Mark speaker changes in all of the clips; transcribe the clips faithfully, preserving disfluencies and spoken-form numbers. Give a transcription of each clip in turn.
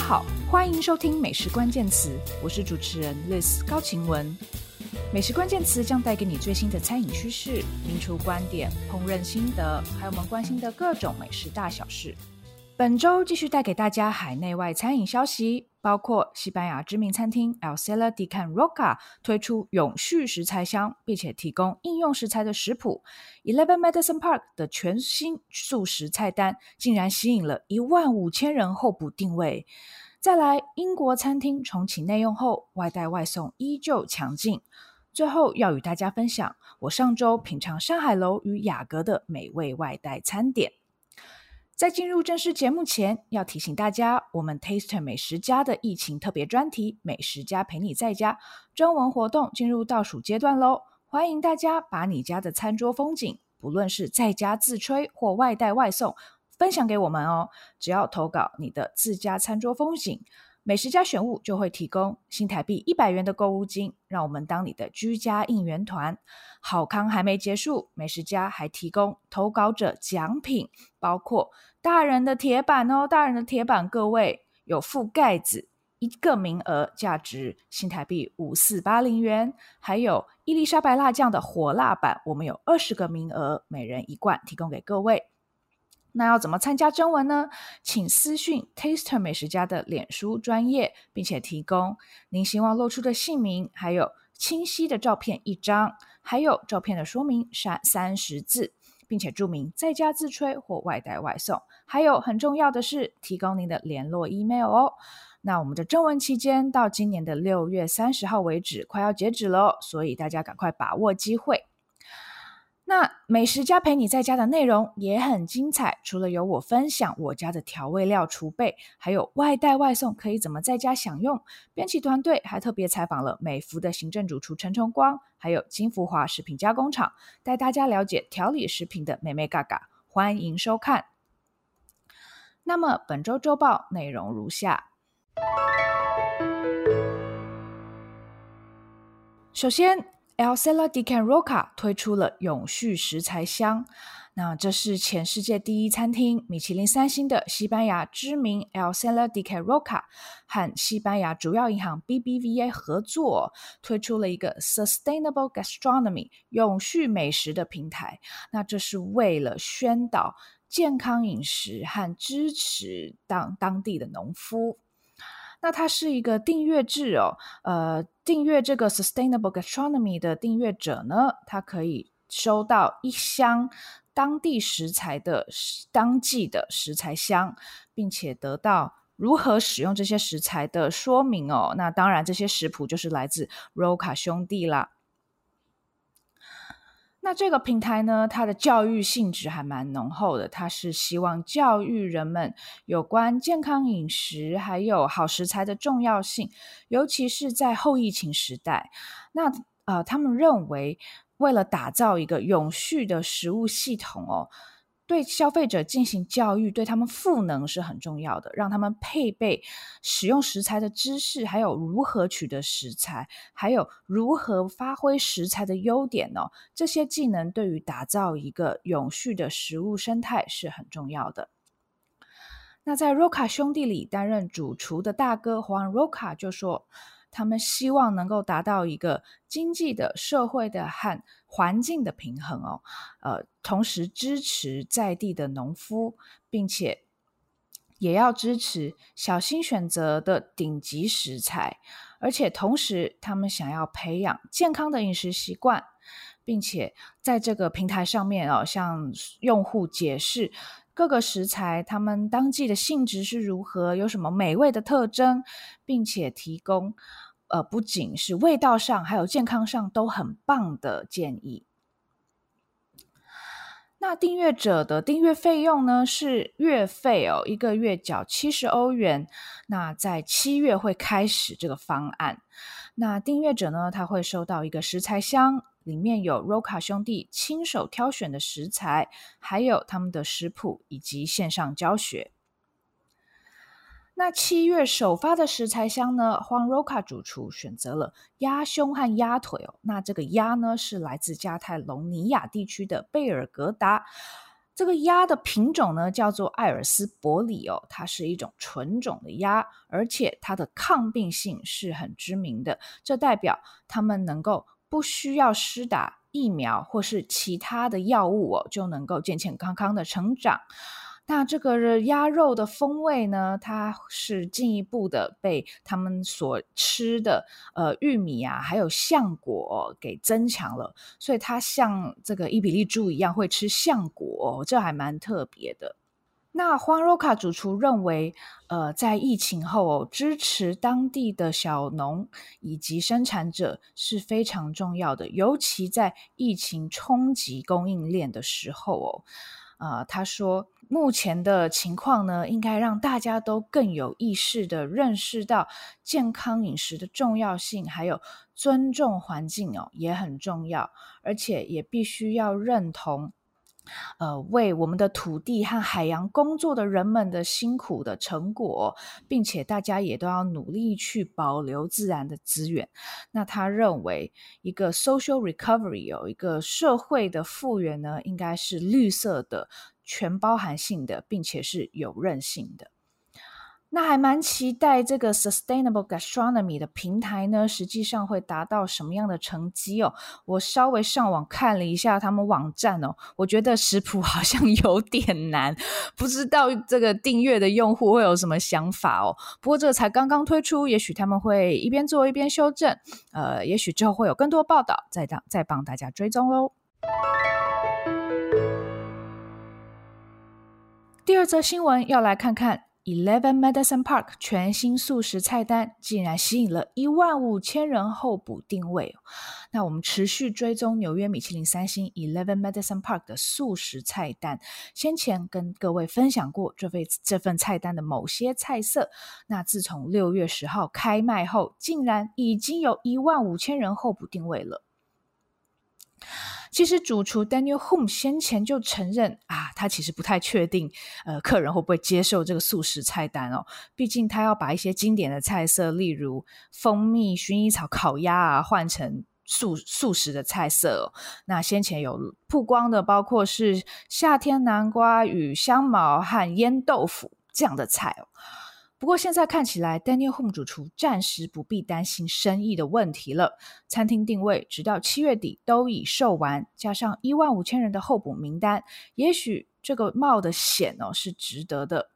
Speaker 1: 好，欢迎收听美食关键词，我是主持人 Liz 高晴雯。美食关键词将带给你最新的餐饮趋势、名厨观点、烹饪心得，还有我们关心的各种美食大小事。本周继续带给大家海内外餐饮消息，包括西班牙知名餐厅 El Celler de Can Roca 推出永续食材箱，并且提供应用食材的食谱。Eleven Medicine Park 的全新素食菜单竟然吸引了一万五千人候补定位。再来，英国餐厅重启内用后，外带外送依旧强劲。最后要与大家分享我上周品尝山海楼与雅阁的美味外带餐点。在进入正式节目前，要提醒大家，我们 Taster 美食家的疫情特别专题美食家陪你在家征文活动进入倒数阶段咯，欢迎大家把你家的餐桌风景，不论是在家自吹或外带外送，分享给我们哦。只要投稿你的自家餐桌风景，美食家选物就会提供新台币一百元的购物金，让我们当你的居家应援团。好康还没结束，美食家还提供投稿者奖品，包括大人的铁板哦，大人的铁板各位有附盖子，一个名额价值新台币五四八零元，还有伊丽莎白辣酱的火辣版，我们有二十个名额，每人一罐提供给各位。那要怎么参加征文呢？请私讯 Taster 美食家的脸书专页，并且提供您希望露出的姓名，还有清晰的照片一张，还有照片的说明三十字，并且注明在家自吹或外带外送。还有很重要的是提供您的联络 email 哦。那我们的征文期间到今年的六月三十号为止，快要截止了，所以大家赶快把握机会。那美食家陪你在家的内容也很精彩，除了有我分享我家的调味料储备，还有外带外送可以怎么在家享用，编辑团队还特别采访了美福的行政主厨陈崇光，还有金福华食品加工厂，带大家了解调理食品的美美嘎嘎，欢迎收看。那么本周周报内容如下。首先El Celler de Can Roca 推出了永续食材箱，那这是全世界第一餐厅米其林三星的西班牙知名 El Celler de Can Roca 和西班牙主要银行 B B V A 合作，推出了一个 Sustainable Gastronomy 永续美食的平台。那这是为了宣导健康饮食和支持当当地的农夫。那它是一个订阅制哦，呃，订阅这个 Sustainable Gastronomy 的订阅者呢，他可以收到一箱当地食材的当季的食材箱，并且得到如何使用这些食材的说明哦。那当然这些食谱就是来自 Roca 兄弟啦。那这个平台呢，它的教育性质还蛮浓厚的，它是希望教育人们有关健康饮食还有好食材的重要性，尤其是在后疫情时代。那呃，他们认为为了打造一个永续的食物系统哦，对消费者进行教育，对他们赋能是很重要的，让他们配备使用食材的知识，还有如何取得食材，还有如何发挥食材的优点哦。这些技能对于打造一个永续的食物生态是很重要的。那在 Roca 兄弟里担任主厨的大哥 Juan Roca 就说，他们希望能够达到一个经济的、社会的和环境的平衡哦，呃，同时支持在地的农夫，并且也要支持小心选择的顶级食材，而且同时他们想要培养健康的饮食习惯，并且在这个平台上面哦，向用户解释各个食材它们当季的性质是如何，有什么美味的特征，并且提供呃不仅是味道上还有健康上都很棒的建议。那订阅者的订阅费用呢是月费哦，一个月缴七十欧元。那在七月会开始这个方案。那订阅者呢，他会收到一个食材箱，里面有 Roca 兄弟亲手挑选的食材，还有他们的食谱以及线上教学。那七月首发的食材箱呢，Juan Roca 主厨选择了鸭胸和鸭腿哦。那这个鸭呢是来自加泰隆尼亚地区的贝尔格达， 这个鸭的品种呢叫做艾尔斯伯里哦，它是一种纯种的鸭，而且它的抗病性是很知名的，这代表它们能够不需要施打疫苗或是其他的药物哦，就能够健健康康的成长。那这个鸭肉的风味呢，它是进一步的被他们所吃的呃玉米啊还有橡果、哦、给增强了，所以它像这个伊比利猪一样会吃橡果、哦、这还蛮特别的。那Juan Roca主厨认为呃，在疫情后、哦、支持当地的小农以及生产者是非常重要的，尤其在疫情冲击供应链的时候哦。呃，他说目前的情况呢，应该让大家都更有意识的认识到健康饮食的重要性，还有尊重环境哦也很重要，而且也必须要认同呃，为我们的土地和海洋工作的人们的辛苦的成果，并且大家也都要努力去保留自然的资源。那他认为一个 social recovery 有、哦、一个社会的复原呢，应该是绿色的、全包含性的，并且是有韧性的。那还蛮期待这个 Sustainable Gastronomy 的平台呢，实际上会达到什么样的成绩哦？我稍微上网看了一下他们网站哦，我觉得食谱好像有点难，不知道这个订阅的用户会有什么想法哦。不过这个才刚刚推出，也许他们会一边做一边修正，呃，也许之后会有更多报道，再再帮大家追踪咯。第二则新闻要来看看Eleven Madison Park 全新素食菜单竟然吸引了一万五千人候补定位、哦、那我们持续追踪纽约米其林三星 Eleven Madison Park 的素食菜单，先前跟各位分享过这份这份菜单的某些菜色，那自从六月十号开卖后，竟然已经有一万五千人候补定位了。其实主厨 Daniel Humm 先前就承认啊，他其实不太确定呃，客人会不会接受这个素食菜单哦，毕竟他要把一些经典的菜色，例如蜂蜜薰衣草烤鸭啊，换成素素食的菜色、哦、那先前有曝光的包括是夏天南瓜与香茅和腌豆腐这样的菜哦。不过现在看起来 Daniel Humm 主厨暂时不必担心生意的问题了，餐厅定位直到七月底都已售完，加上一万五千人的候补名单，也许这个冒的险哦是值得的。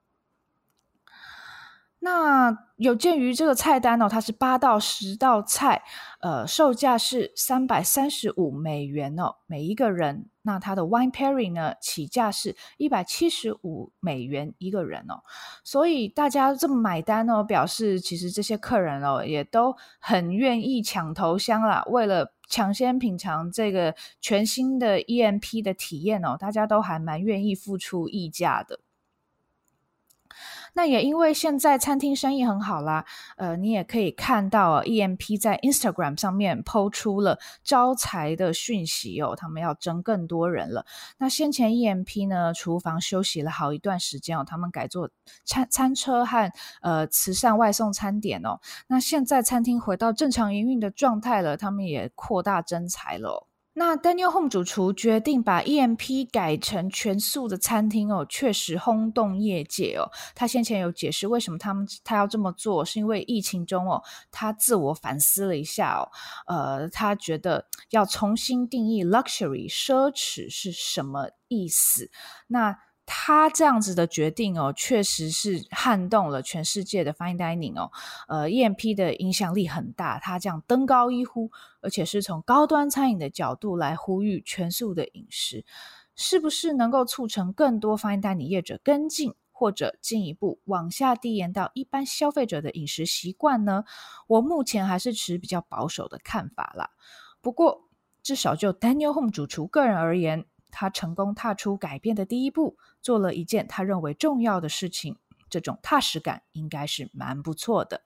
Speaker 1: 那有鉴于这个菜单哦，它是八到十道菜，呃，售价是三百三十五美元哦，每一个人。那它的 wine pairing 呢，起价是一百七十五美元一个人哦，所以大家这么买单哦，表示其实这些客人哦也都很愿意抢头香啦，为了抢先品尝这个全新的 E M P 的体验哦，大家都还蛮愿意付出溢价的。那也因为现在餐厅生意很好啦，呃，你也可以看到、哦、E M P 在 Instagram 上面 po 出了招财的讯息哦，他们要征更多人了。那先前 E M P 呢，厨房休息了好一段时间哦，他们改做餐餐车和呃慈善外送餐点哦。那现在餐厅回到正常营运的状态了，他们也扩大征才了、哦。那 Daniel Humm 主厨决定把 E M P 改成全素的餐厅哦，确实轰动业界哦。他先前有解释为什么他们他要这么做，是因为疫情中哦，他自我反思了一下哦，呃，他觉得要重新定义 luxury 奢侈是什么意思。那他这样子的决定哦，确实是撼动了全世界的 fine dining 哦，呃 E M P 的影响力很大，他这样登高一呼，而且是从高端餐饮的角度来呼吁全素的饮食，是不是能够促成更多 fine dining 业者跟进，或者进一步往下递延到一般消费者的饮食习惯呢？我目前还是持比较保守的看法啦。不过至少就 Daniel Humm 主厨个人而言，他成功踏出改变的第一步，做了一件他认为重要的事情，这种踏实感应该是蛮不错的。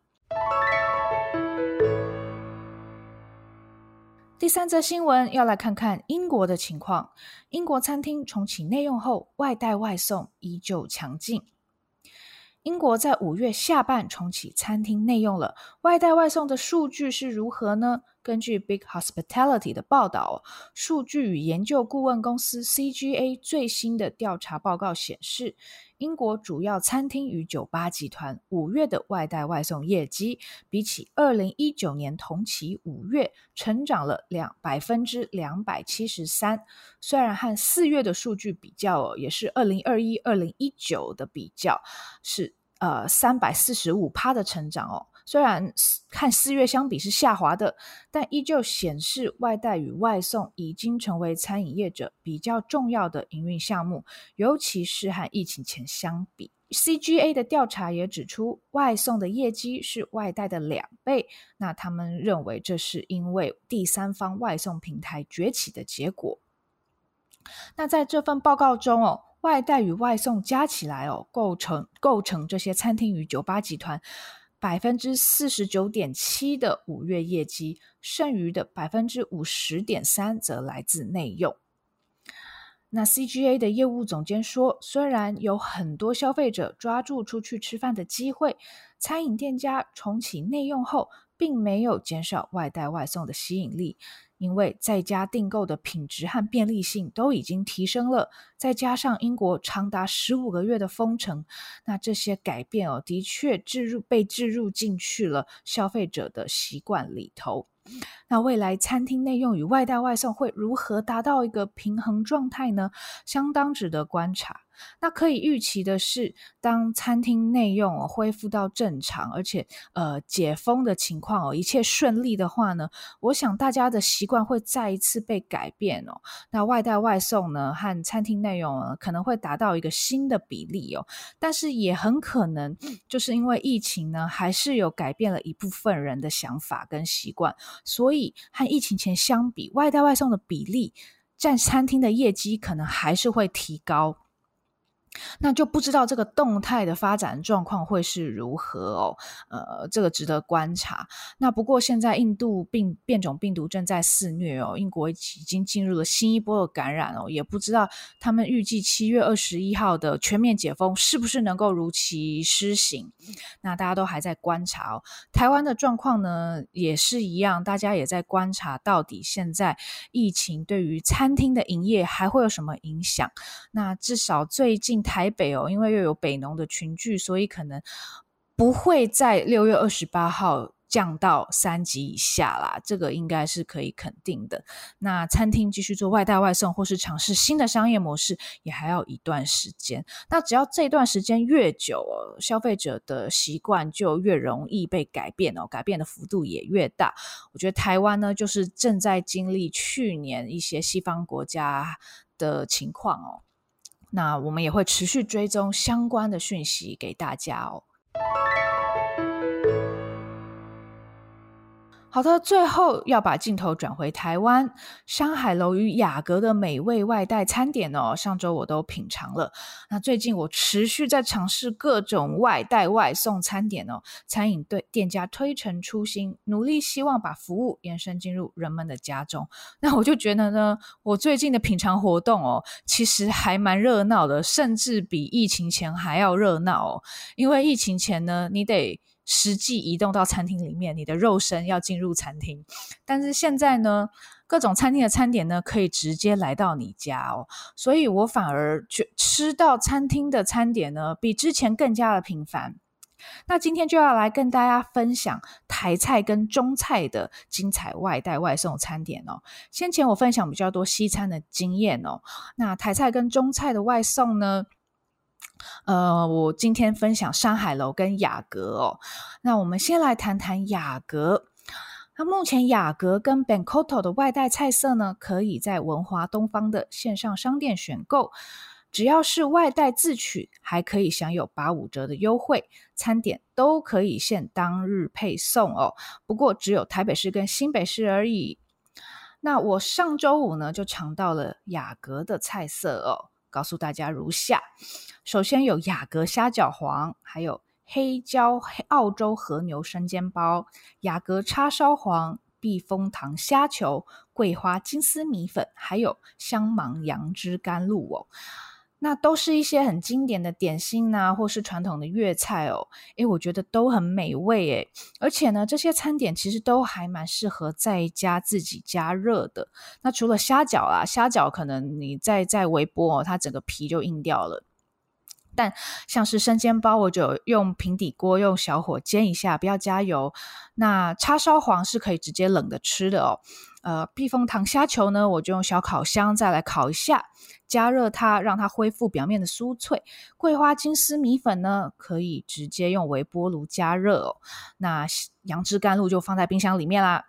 Speaker 1: 第三则新闻要来看看英国的情况。英国餐厅重启内用后，外带外送依旧强劲。英国在五月下半重启餐厅内用了，外带外送的数据是如何呢？ 根据 Big Hospitality 的报道，数据与研究顾问公司 C G A 最新的调查报告显示，英国主要餐厅与酒吧集团五月的外带外送业绩，比起二零一九年同期五月成长了百分之两百七十三。虽然和四月的数据比较、哦、也是二零二一、二零一九的比较是呃百分之三百四十五的成长哦。虽然和四月相比是下滑的，但依旧显示外带与外送已经成为餐饮业者比较重要的营运项目，尤其是和疫情前相比。C G A 的调查也指出，外送的业绩是外带的两倍，那他们认为这是因为第三方外送平台崛起的结果。那在这份报告中哦，外带与外送加起来哦，构成构成这些餐厅与酒吧集团百分之四十九点七的五月业绩，剩余的百分之五十点三则来自内用。那 C G A 的业务总监说，虽然有很多消费者抓住出去吃饭的机会，餐饮店家重启内用后，并没有减少外带外送的吸引力，因为在家订购的品质和便利性都已经提升了，再加上英国长达十五个月的封城，那这些改变哦，的确置入被置入进去了消费者的习惯里头。那未来餐厅内用与外带外送会如何达到一个平衡状态呢？相当值得观察。那可以预期的是，当餐厅内用、哦、恢复到正常，而且呃解封的情况、哦、一切顺利的话呢，我想大家的习惯会再一次被改变哦。那外带外送呢和餐厅内用呢可能会达到一个新的比例哦，但是也很可能就是因为疫情呢，还是有改变了一部分人的想法跟习惯，所以和疫情前相比，外带外送的比例占餐厅的业绩可能还是会提高。那就不知道这个动态的发展状况会是如何哦，呃，这个值得观察。那不过现在印度病变种病毒正在肆虐哦，英国已经进入了新一波的感染哦，也不知道他们预计七月二十一号的全面解封是不是能够如期施行。那大家都还在观察哦。台湾的状况呢也是一样，大家也在观察到底现在疫情对于餐厅的营业还会有什么影响。那至少最近台北哦，因为又有北农的群聚，所以可能不会在六月二十八号降到三级以下啦，这个应该是可以肯定的。那餐厅继续做外带外送或是尝试新的商业模式也还要一段时间。那只要这段时间越久哦，消费者的习惯就越容易被改变哦，改变的幅度也越大。我觉得台湾呢就是正在经历去年一些西方国家的情况哦。那我们也会持续追踪相关的讯息给大家哦。好的，最后要把镜头转回台湾，山海楼与雅阁的美味外带餐点哦，上周我都品尝了。那最近我持续在尝试各种外带外送餐点哦，餐饮对店家推陈出新，努力希望把服务延伸进入人们的家中。那我就觉得呢，我最近的品尝活动哦，其实还蛮热闹的，甚至比疫情前还要热闹哦。因为疫情前呢，你得实际移动到餐厅里面，你的肉身要进入餐厅，但是现在呢，各种餐厅的餐点呢可以直接来到你家哦，所以我反而吃到餐厅的餐点呢比之前更加的频繁。那今天就要来跟大家分享台菜跟中菜的精彩外带外送餐点哦。先前我分享比较多西餐的经验哦，那台菜跟中菜的外送呢，呃，我今天分享山海楼跟雅阁哦。那我们先来谈谈雅阁。那目前雅阁跟 Bancoto 的外带菜色呢，可以在文华东方的线上商店选购，只要是外带自取，还可以享有八五折的优惠，餐点都可以限当日配送哦。不过只有台北市跟新北市而已。那我上周五呢，就尝到了雅阁的菜色哦，告诉大家如下。首先有雅阁虾饺皇，还有黑椒澳洲和牛生煎包，雅阁叉烧皇，避风塘虾球，桂花金丝米粉，还有香芒杨枝甘露哦。 那都是一些很经典的点心啊，或是传统的粤菜哦。诶，我觉得都很美味诶。而且呢，这些餐点其实都还蛮适合在家自己加热的。那除了虾饺啦，虾饺可能你再再微波哦，它整个皮就硬掉了。但像是生煎包，我就用平底锅用小火煎一下，不要加油。那叉烧黄是可以直接冷的吃的哦。呃，避风塘虾球呢，我就用小烤箱再来烤一下，加热它，让它恢复表面的酥脆。桂花金丝米粉呢，可以直接用微波炉加热哦。那杨枝甘露就放在冰箱里面啦。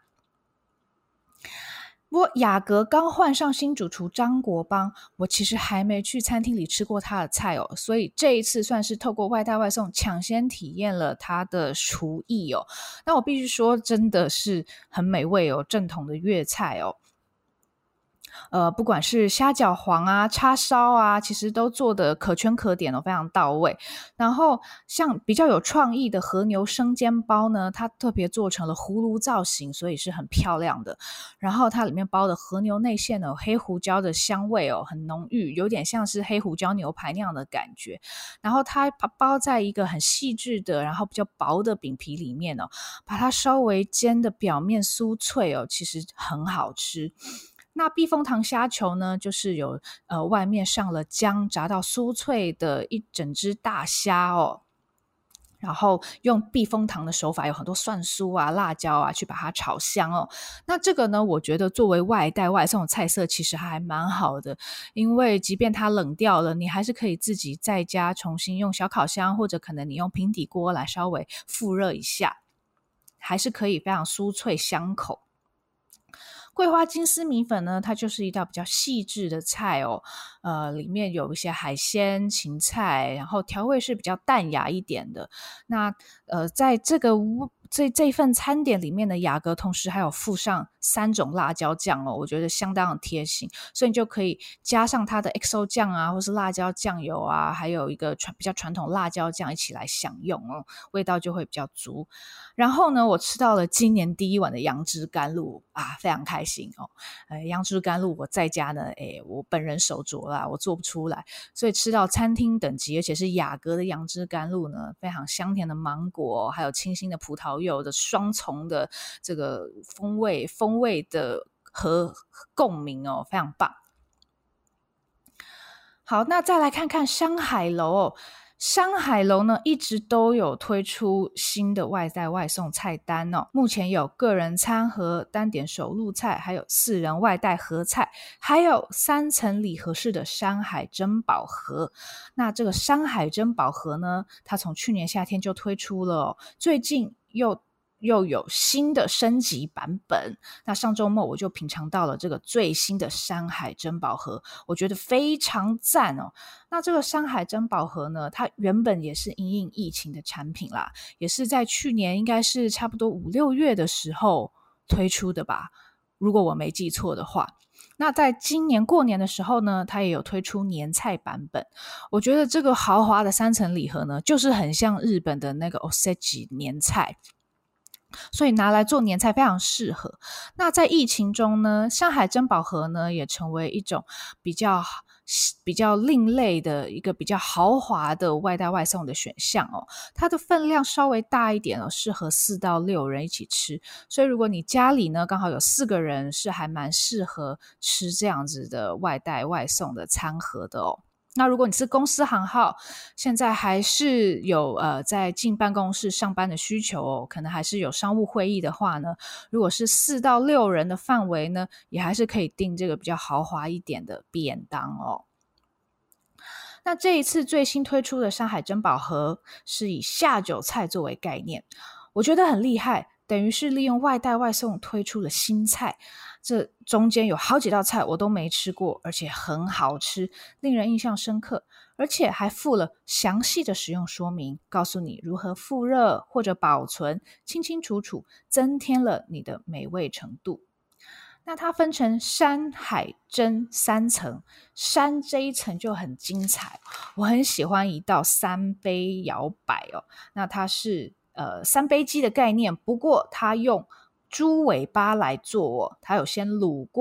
Speaker 1: 不过雅阁刚换上新主厨张国邦，我其实还没去餐厅里吃过他的菜哦，所以这一次算是透过外带外送抢先体验了他的厨艺哦。那我必须说真的是很美味哦，正统的粤菜哦。呃，不管是虾饺黄啊、叉烧啊，其实都做的可圈可点哦，非常到位。然后像比较有创意的和牛生煎包呢，它特别做成了葫芦造型，所以是很漂亮的。然后它里面包的和牛内馅呢，有黑胡椒的香味哦，很浓郁，有点像是黑胡椒牛排那样的感觉。然后它包在一个很细致的，然后比较薄的饼皮里面哦，把它稍微煎的表面酥脆哦，其实很好吃。那避风塘虾球呢，就是有呃外面上了姜，炸到酥脆的一整只大虾哦，然后用避风塘的手法，有很多蒜酥啊、辣椒啊，去把它炒香哦。那这个呢，我觉得作为外带外送的菜色，其实还蛮好的，因为即便它冷掉了，你还是可以自己在家重新用小烤箱，或者可能你用平底锅来稍微复热一下，还是可以非常酥脆香口。桂花金丝米粉呢，它就是一道比较细致的菜哦，呃，里面有一些海鲜、芹菜，然后调味是比较淡雅一点的。那呃，在这个这这份餐点里面的雅阁，同时还有附上三种辣椒酱哦，我觉得相当的贴心，所以你就可以加上它的 X O 酱啊，或是辣椒酱油啊，还有一个传比较传统辣椒酱一起来享用哦，味道就会比较足。然后呢，我吃到了今年第一碗的杨枝甘露啊，非常开心哦。呃，杨枝甘露我在家呢，诶，我本人手拙啦，我做不出来，所以吃到餐厅等级，而且是雅阁的杨枝甘露呢，非常香甜的芒果，还有清新的葡萄柚的双重的这个风味，风味的和共鸣哦，非常棒。好，那再来看看山海楼哦。山海楼呢，一直都有推出新的外带外送菜单哦。目前有个人餐盒、单点手路菜，还有四人外带合菜，还有三层礼盒式的山海珍宝盒。那这个山海珍宝盒呢，它从去年夏天就推出了哦，最近又又有新的升级版本。那上周末我就品尝到了这个最新的山海珍宝盒，我觉得非常赞哦。那这个山海珍宝盒呢，它原本也是因应疫情的产品啦，也是在去年应该是差不多五六月的时候推出的吧，如果我没记错的话。那在今年过年的时候呢，它也有推出年菜版本。我觉得这个豪华的三层礼盒呢，就是很像日本的那个 Osechi 年菜，所以拿来做年菜非常适合。那在疫情中呢，山海珍宝盒呢也成为一种比较比较另类的一个比较豪华的外带外送的选项哦。它的分量稍微大一点哦，适合四到六人一起吃。所以如果你家里呢刚好有四个人，是还蛮适合吃这样子的外带外送的餐盒的哦。那如果你是公司行号，现在还是有呃在进办公室上班的需求哦，可能还是有商务会议的话呢，如果是四到六人的范围呢，也还是可以订这个比较豪华一点的便当哦。那这一次最新推出的山海珍宝盒是以下酒菜作为概念，我觉得很厉害，等于是利用外带外送推出了新菜。这中间有好几道菜我都没吃过，而且很好吃，令人印象深刻，而且还附了详细的使用说明，告诉你如何复热或者保存，清清楚楚，增添了你的美味程度。那它分成山海珍三层，山这一层就很精彩，我很喜欢一道三杯摇摆哦。那它是呃三杯鸡的概念，不过它用猪尾巴来做哦，它有先卤过，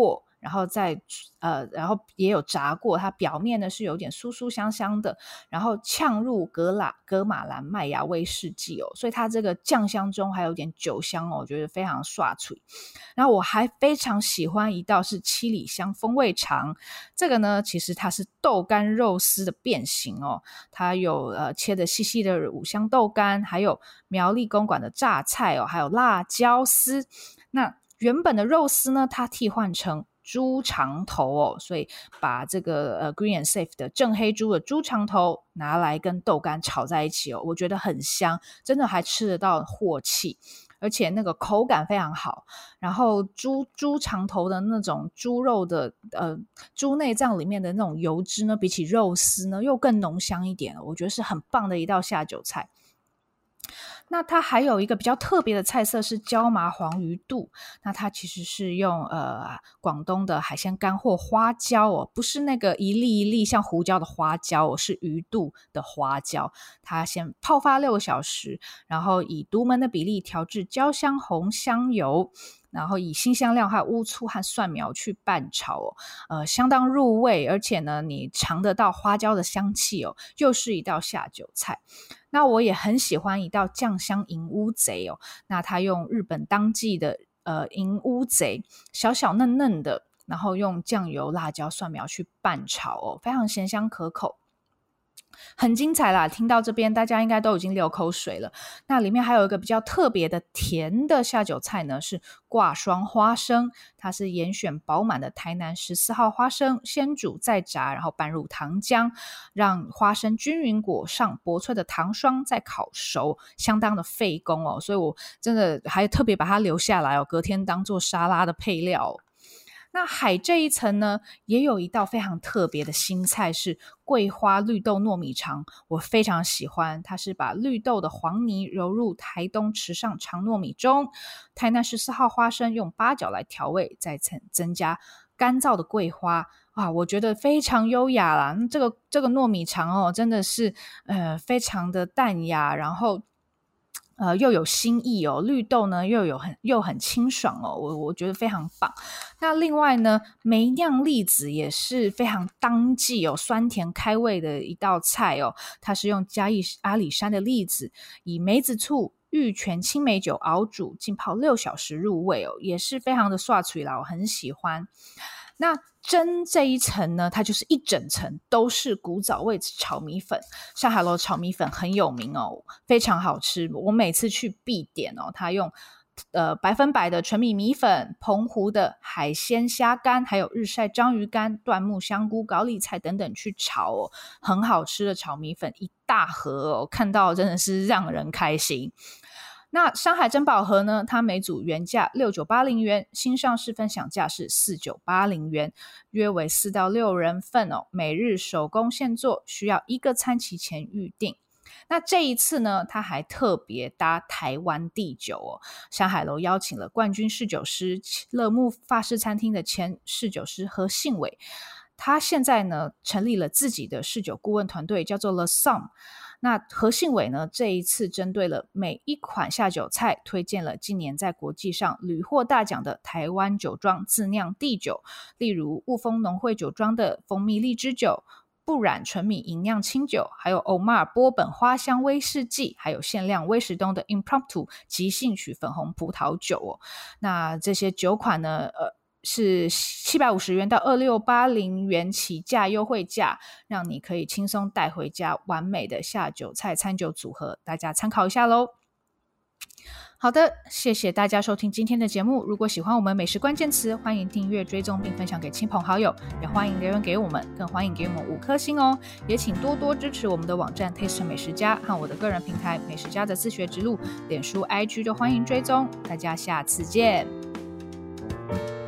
Speaker 1: 然后再呃，然后也有炸过，它表面呢是有点酥酥香香的，然后呛入格拉格马兰麦芽威士忌哦，所以它这个酱香中还有点酒香哦，我觉得非常刷脆。然后我还非常喜欢一道是七里香风味肠，这个呢其实它是豆干肉丝的变形哦，它有呃切的细细的五香豆干，还有苗栗公馆的榨菜哦，还有辣椒丝。那原本的肉丝呢，它替换成猪肠头哦，所以把这个呃 Green and Safe 的正黑猪的猪肠头拿来跟豆干炒在一起哦，我觉得很香，真的还吃得到镬气，而且那个口感非常好。然后猪猪肠头的那种猪肉的呃猪内脏里面的那种油脂呢，比起肉丝呢又更浓香一点，我觉得是很棒的一道下酒菜。那它还有一个比较特别的菜色是椒麻黄鱼肚，那它其实是用呃广东的海鲜干货花椒哦，不是那个一粒一粒像胡椒的花椒哦，是鱼肚的花椒。它先泡发六个小时，然后以独门的比例调制焦香红香油，然后以辛香料还有乌醋和蒜苗去拌炒哦，呃，相当入味，而且呢，你尝得到花椒的香气哦，又是一道下酒菜。那我也很喜欢一道酱香银乌贼哦，那它用日本当季的呃银乌贼，小小嫩嫩的，然后用酱油、辣椒、蒜苗去拌炒哦，非常咸香可口。很精彩啦，听到这边大家应该都已经流口水了。那里面还有一个比较特别的甜的下酒菜呢，是挂霜花生，它是严选饱满的台南十四号花生，先煮再炸，然后拌入糖浆，让花生均匀裹上薄脆的糖霜，再烤熟，相当的费工哦，所以我真的还特别把它留下来哦，隔天当做沙拉的配料哦。那海这一层呢，也有一道非常特别的新菜，是桂花绿豆糯米肠，我非常喜欢。它是把绿豆的黄泥揉入台东池上长糯米中，台南十四号花生用八角来调味，再增加干燥的桂花啊，我觉得非常优雅啦。这个这个糯米肠哦，真的是呃非常的淡雅，然后呃，又有新意哦，绿豆呢又有很又很清爽哦，我我觉得非常棒。那另外呢，梅酿栗子也是非常当季哦，酸甜开胃的一道菜哦。它是用嘉义阿里山的栗子，以梅子醋、玉泉青梅酒熬煮，浸泡六小时入味哦，也是非常的刷嘴啦，我很喜欢。那蒸这一层呢，它就是一整层都是古早味炒米粉，上海楼炒米粉很有名哦，非常好吃，我每次去必点哦。它用呃百分百的纯米米粉、澎湖的海鲜虾干，还有日晒章鱼干、椴木香菇、高丽菜等等去炒哦，很好吃的炒米粉一大盒哦，看到真的是让人开心。那山海珍宝盒呢，它每组原价六千九百八十元，新上市分享价是四千九百八十元，约为四到六人份哦，每日手工现做，需要一个餐期前预定。那这一次呢，它还特别搭台湾地酒哦，山海楼邀请了冠军侍酒师乐木法式餐厅的前侍酒师何信伟，他现在呢成立了自己的侍酒顾问团队，叫做 The Sum。那何信伟呢，这一次针对了每一款下酒菜，推荐了今年在国际上屡获大奖的台湾酒庄自酿地酒，例如雾峰农会酒庄的蜂蜜荔枝酒、不染纯米吟酿清酒，还有欧马尔波本花香威士忌，还有限量威士东的 Impromptu 即兴曲粉红葡萄酒哦。那这些酒款呢，呃。是七百五十元到二千六百八十元起价优惠价，让你可以轻松带回家完美的下酒菜餐酒组合，大家参考一下咯。好的，谢谢大家收听今天的节目。如果喜欢我们美食关键词，欢迎订阅追踪并分享给亲朋好友，也欢迎留言给我们，更欢迎给我们五颗星哦。也请多多支持我们的网站 Taste 美食家和我的个人平台美食家的自学之路，脸书 I G 都欢迎追踪。大家下次见。